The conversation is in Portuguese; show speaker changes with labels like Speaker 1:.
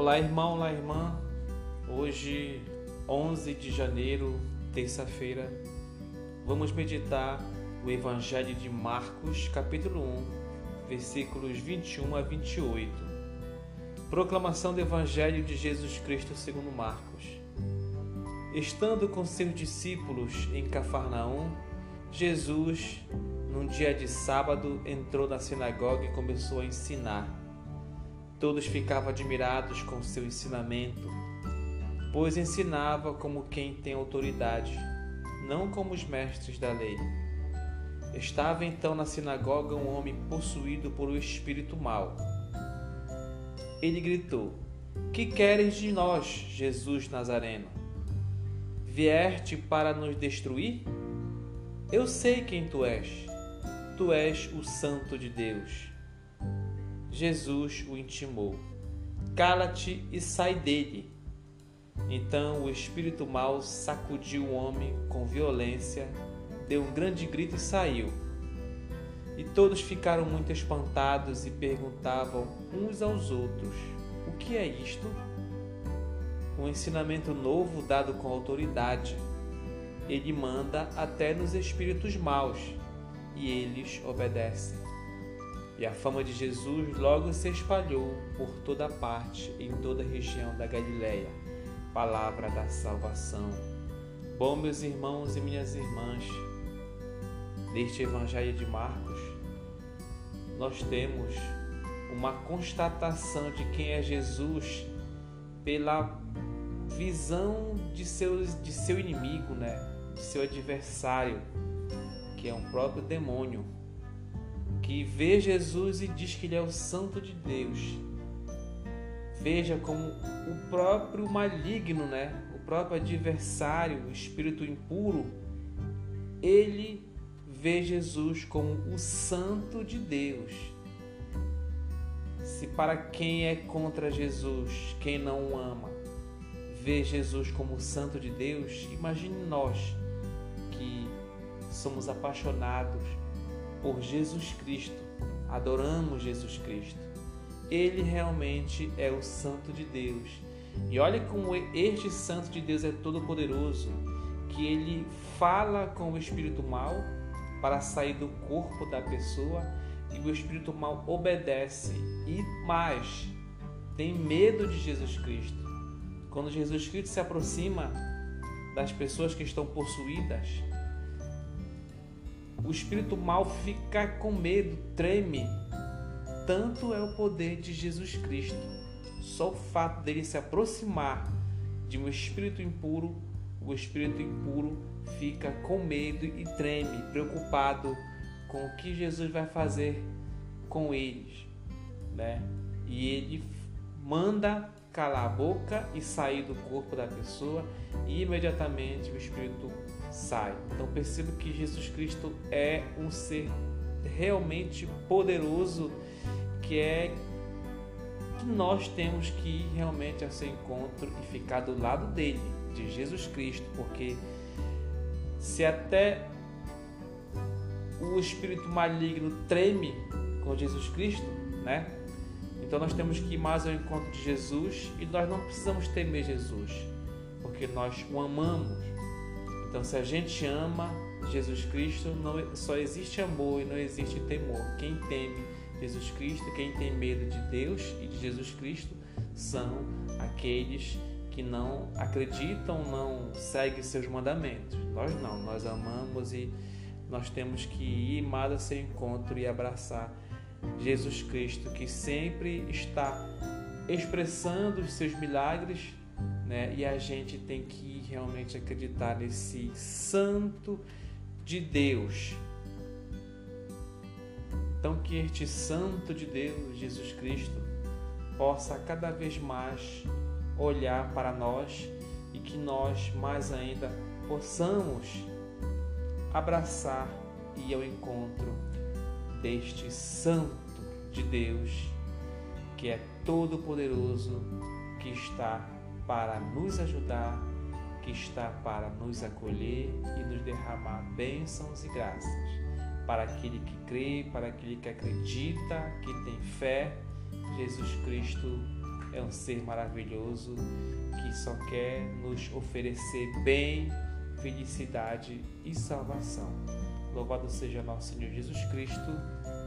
Speaker 1: Olá, irmão, olá, irmã. Hoje, 11 de janeiro, terça-feira, vamos meditar o Evangelho de Marcos, capítulo 1, versículos 21 a 28. Proclamação do Evangelho de Jesus Cristo segundo Marcos. Estando com seus discípulos em Cafarnaum, Jesus, num dia de sábado, entrou na sinagoga e começou a ensinar. Todos ficavam admirados com seu ensinamento, pois ensinava como quem tem autoridade, não como os mestres da lei. Estava então na sinagoga um homem possuído por um espírito mau. Ele gritou: "Que queres de nós, Jesus Nazareno? Vieste para nos destruir? Eu sei quem tu és. Tu és o Santo de Deus." Jesus o intimou: "Cala-te e sai dele." Então o espírito mau sacudiu o homem com violência, deu um grande grito e saiu. E todos ficaram muito espantados e perguntavam uns aos outros: "O que é isto?" Um ensinamento novo dado com autoridade. Ele manda até nos espíritos maus, e eles obedecem. E a fama de Jesus logo se espalhou por toda parte, em toda a região da Galileia. Palavra da salvação. Bom, meus irmãos e minhas irmãs, neste Evangelho de Marcos, nós temos uma constatação de quem é Jesus pela visão de seu inimigo, de seu adversário, que é um próprio demônio, que vê Jesus e diz que ele é o Santo de Deus. Veja como o próprio maligno, o próprio adversário, o espírito impuro, ele vê Jesus como o Santo de Deus. Se para quem é contra Jesus, quem não o ama, vê Jesus como o Santo de Deus, imagine nós que somos apaixonados por Jesus Cristo, adoramos Jesus Cristo. Ele realmente é o Santo de Deus. E olha como este Santo de Deus é todo poderoso, que ele fala com o espírito mau para sair do corpo da pessoa, e o espírito mau obedece e mais, tem medo de Jesus Cristo. Quando Jesus Cristo se aproxima das pessoas que estão possuídas, o espírito mau fica com medo, treme. Tanto é o poder de Jesus Cristo. Só o fato dele se aproximar de um espírito impuro, o espírito impuro fica com medo e treme, preocupado com o que Jesus vai fazer com eles, E ele manda calar a boca e sair do corpo da pessoa, e imediatamente o espírito sai. Então perceba que Jesus Cristo é um ser realmente poderoso, que nós temos que ir realmente ao seu encontro e ficar do lado dele, de Jesus Cristo, porque se até o espírito maligno treme com Jesus Cristo, então nós temos que ir mais ao encontro de Jesus, e nós não precisamos temer Jesus, porque nós o amamos. Então, se a gente ama Jesus Cristo, só existe amor e não existe temor. Quem teme Jesus Cristo, quem tem medo de Deus e de Jesus Cristo, são aqueles que não acreditam, não seguem seus mandamentos. Nós não, nós amamos e nós temos que ir mais ao seu encontro e abraçar Jesus Cristo, que sempre está expressando os seus milagres, e a gente tem que realmente acreditar nesse Santo de Deus. Então, que este Santo de Deus, Jesus Cristo, possa cada vez mais olhar para nós, e que nós mais ainda possamos abraçar e ir ao encontro deste Santo de Deus, que é todo poderoso, que está para nos ajudar, que está para nos acolher e nos derramar bênçãos e graças. Para aquele que crê, para aquele que acredita, que tem fé, Jesus Cristo é um ser maravilhoso que só quer nos oferecer bem, felicidade e salvação. Louvado seja nosso Senhor Jesus Cristo.